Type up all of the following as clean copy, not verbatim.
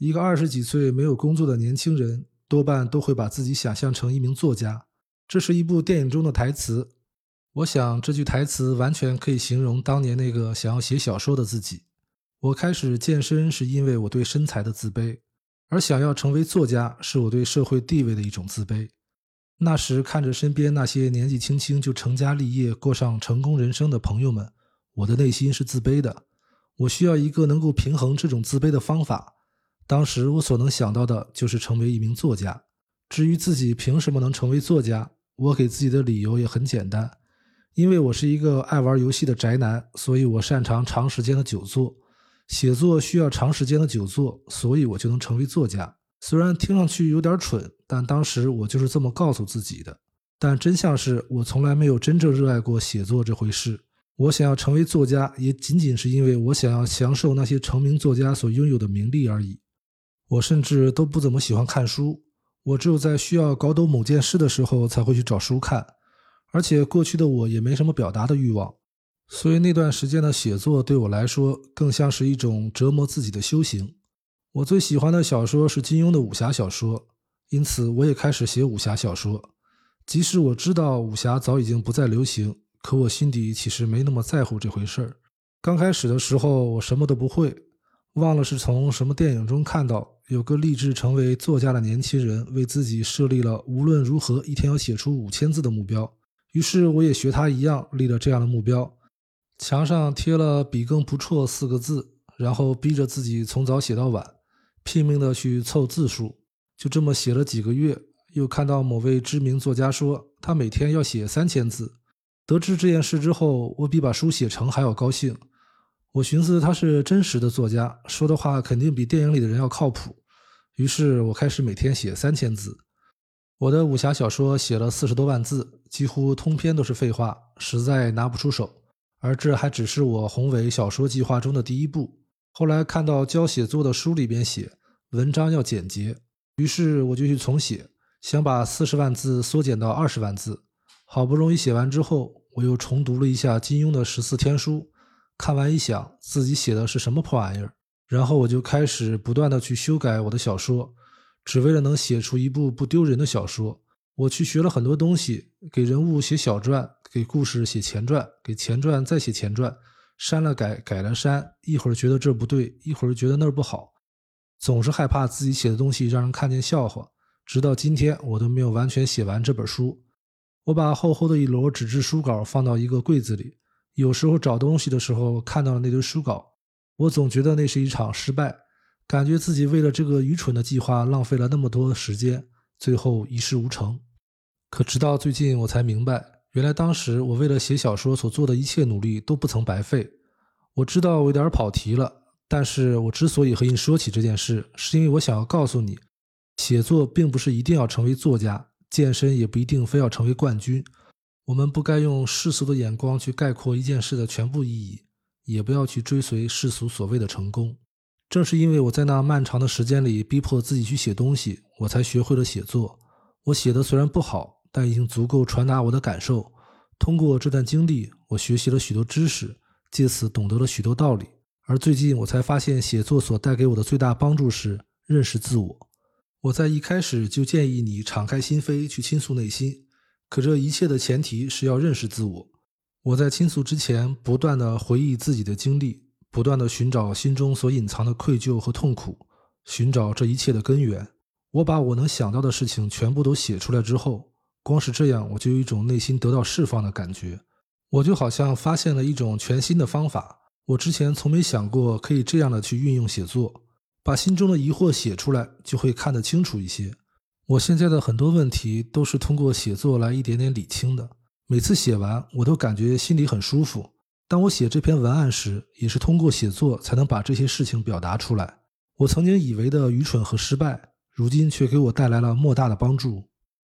一个20几岁没有工作的年轻人，多半都会把自己想象成一名作家。这是一部电影中的台词，我想这句台词完全可以形容当年那个想要写小说的自己。我开始健身是因为我对身材的自卑，而想要成为作家是我对社会地位的一种自卑。那时看着身边那些年纪轻轻就成家立业过上成功人生的朋友们，我的内心是自卑的。我需要一个能够平衡这种自卑的方法。当时我所能想到的就是成为一名作家。至于自己凭什么能成为作家，我给自己的理由也很简单。因为我是一个爱玩游戏的宅男，所以我擅长长时间的久坐。写作需要长时间的久坐，所以我就能成为作家。虽然听上去有点蠢，但当时我就是这么告诉自己的。但真相是我从来没有真正热爱过写作这回事。我想要成为作家，也仅仅是因为我想要享受那些成名作家所拥有的名利而已。我甚至都不怎么喜欢看书，我只有在需要搞懂某件事的时候才会去找书看，而且过去的我也没什么表达的欲望，所以那段时间的写作对我来说更像是一种折磨自己的修行。我最喜欢的小说是金庸的武侠小说，因此我也开始写武侠小说。即使我知道武侠早已经不再流行，可我心底其实没那么在乎这回事儿。刚开始的时候我什么都不会，忘了是从什么电影中看到有个立志成为作家的年轻人为自己设立了无论如何一天要写出5000字的目标，于是我也学他一样立了这样的目标，墙上贴了笔耕不辍4个字，然后逼着自己从早写到晚，拼命的去凑字数。就这么写了几个月，又看到某位知名作家说他每天要写3000字。得知这件事之后，我比把书写成还要高兴。我寻思他是真实的作家，说的话肯定比电影里的人要靠谱，于是我开始每天写3000字。我的武侠小说写了40多万字，几乎通篇都是废话，实在拿不出手。而这还只是我宏伟小说计划中的第一步。后来看到教写作的书里边写文章要简洁，于是我就去重写，想把40万字缩减到20万字。好不容易写完之后，我又重读了一下金庸的14天书，看完一想自己写的是什么破玩意儿，然后我就开始不断的去修改我的小说，只为了能写出一部不丢人的小说。我去学了很多东西，给人物写小传，给故事写前传，给前传再写前传，删了改，改了删，一会儿觉得这不对，一会儿觉得那儿不好，总是害怕自己写的东西让人看见笑话。直到今天我都没有完全写完这本书。我把厚厚的一摞纸质书稿放到一个柜子里，有时候找东西的时候看到了那堆书稿，我总觉得那是一场失败，感觉自己为了这个愚蠢的计划浪费了那么多时间，最后一事无成。可直到最近我才明白，原来当时我为了写小说所做的一切努力都不曾白费。我知道我有点跑题了，但是我之所以和你说起这件事，是因为我想要告诉你，写作并不是一定要成为作家，健身也不一定非要成为冠军。我们不该用世俗的眼光去概括一件事的全部意义，也不要去追随世俗所谓的成功。正是因为我在那漫长的时间里逼迫自己去写东西，我才学会了写作。我写的虽然不好，但已经足够传达我的感受。通过这段经历，我学习了许多知识，借此懂得了许多道理。而最近我才发现，写作所带给我的最大帮助是认识自我。我在一开始就建议你敞开心扉去倾诉内心，可这一切的前提是要认识自我。我在倾诉之前不断地回忆自己的经历，不断地寻找心中所隐藏的愧疚和痛苦，寻找这一切的根源。我把我能想到的事情全部都写出来之后，光是这样我就有一种内心得到释放的感觉。我就好像发现了一种全新的方法，我之前从没想过可以这样的去运用写作。把心中的疑惑写出来，就会看得清楚一些。我现在的很多问题都是通过写作来一点点理清的。每次写完，我都感觉心里很舒服。当我写这篇文案时，也是通过写作才能把这些事情表达出来。我曾经以为的愚蠢和失败，如今却给我带来了莫大的帮助。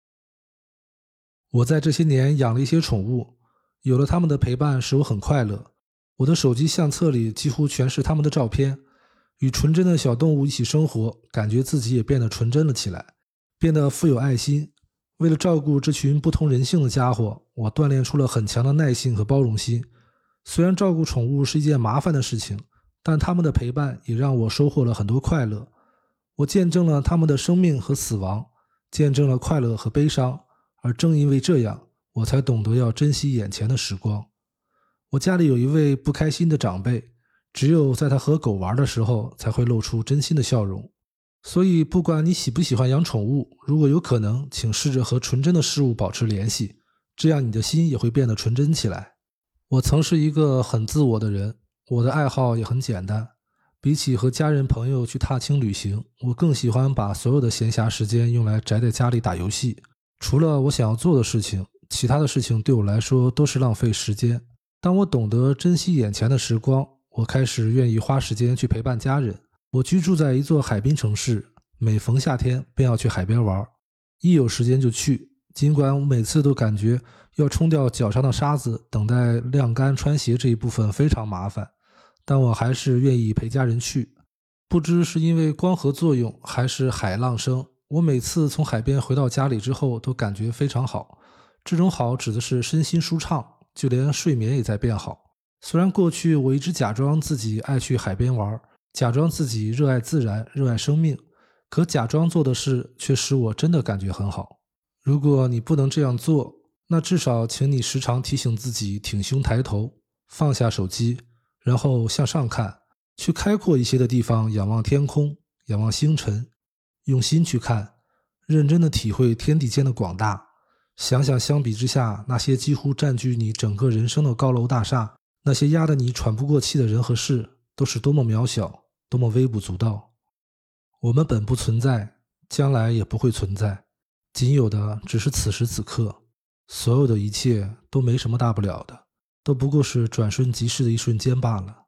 我在这些年养了一些宠物，有了他们的陪伴使我很快乐。我的手机相册里几乎全是他们的照片。与纯真的小动物一起生活，感觉自己也变得纯真了起来，变得富有爱心。为了照顾这群不同人性的家伙，我锻炼出了很强的耐性和包容心。虽然照顾宠物是一件麻烦的事情，但他们的陪伴也让我收获了很多快乐。 我见证了他们的生命和死亡，见证了快乐和悲伤，而正因为这样，我才懂得要珍惜眼前的时光。我家里有一位不开心的长辈，只有在他和狗玩的时候，才会露出真心的笑容。所以不管你喜不喜欢养宠物，如果有可能，请试着和纯真的事物保持联系，这样你的心也会变得纯真起来。我曾是一个很自我的人，我的爱好也很简单，比起和家人朋友去踏青旅行，我更喜欢把所有的闲暇时间用来宅在家里打游戏。除了我想要做的事情，其他的事情对我来说都是浪费时间。当我懂得珍惜眼前的时光，我开始愿意花时间去陪伴家人。我居住在一座海滨城市，每逢夏天便要去海边玩，一有时间就去。尽管我每次都感觉要冲掉脚上的沙子，等待晾干穿鞋这一部分非常麻烦，但我还是愿意陪家人去。不知是因为光合作用还是海浪声，我每次从海边回到家里之后都感觉非常好。这种好指的是身心舒畅，就连睡眠也在变好。虽然过去我一直假装自己爱去海边玩，假装自己热爱自然，热爱生命，可假装做的事却使我真的感觉很好。如果你不能这样做，那至少请你时常提醒自己挺胸抬头，放下手机，然后向上看，去开阔一些的地方仰望天空，仰望星辰，用心去看，认真的体会天地间的广大。想想相比之下，那些几乎占据你整个人生的高楼大厦，那些压得你喘不过气的人和事，都是多么渺小，多么微不足道。我们本不存在，将来也不会存在，仅有的只是此时此刻。所有的一切都没什么大不了的，都不过是转瞬即逝的一瞬间罢了。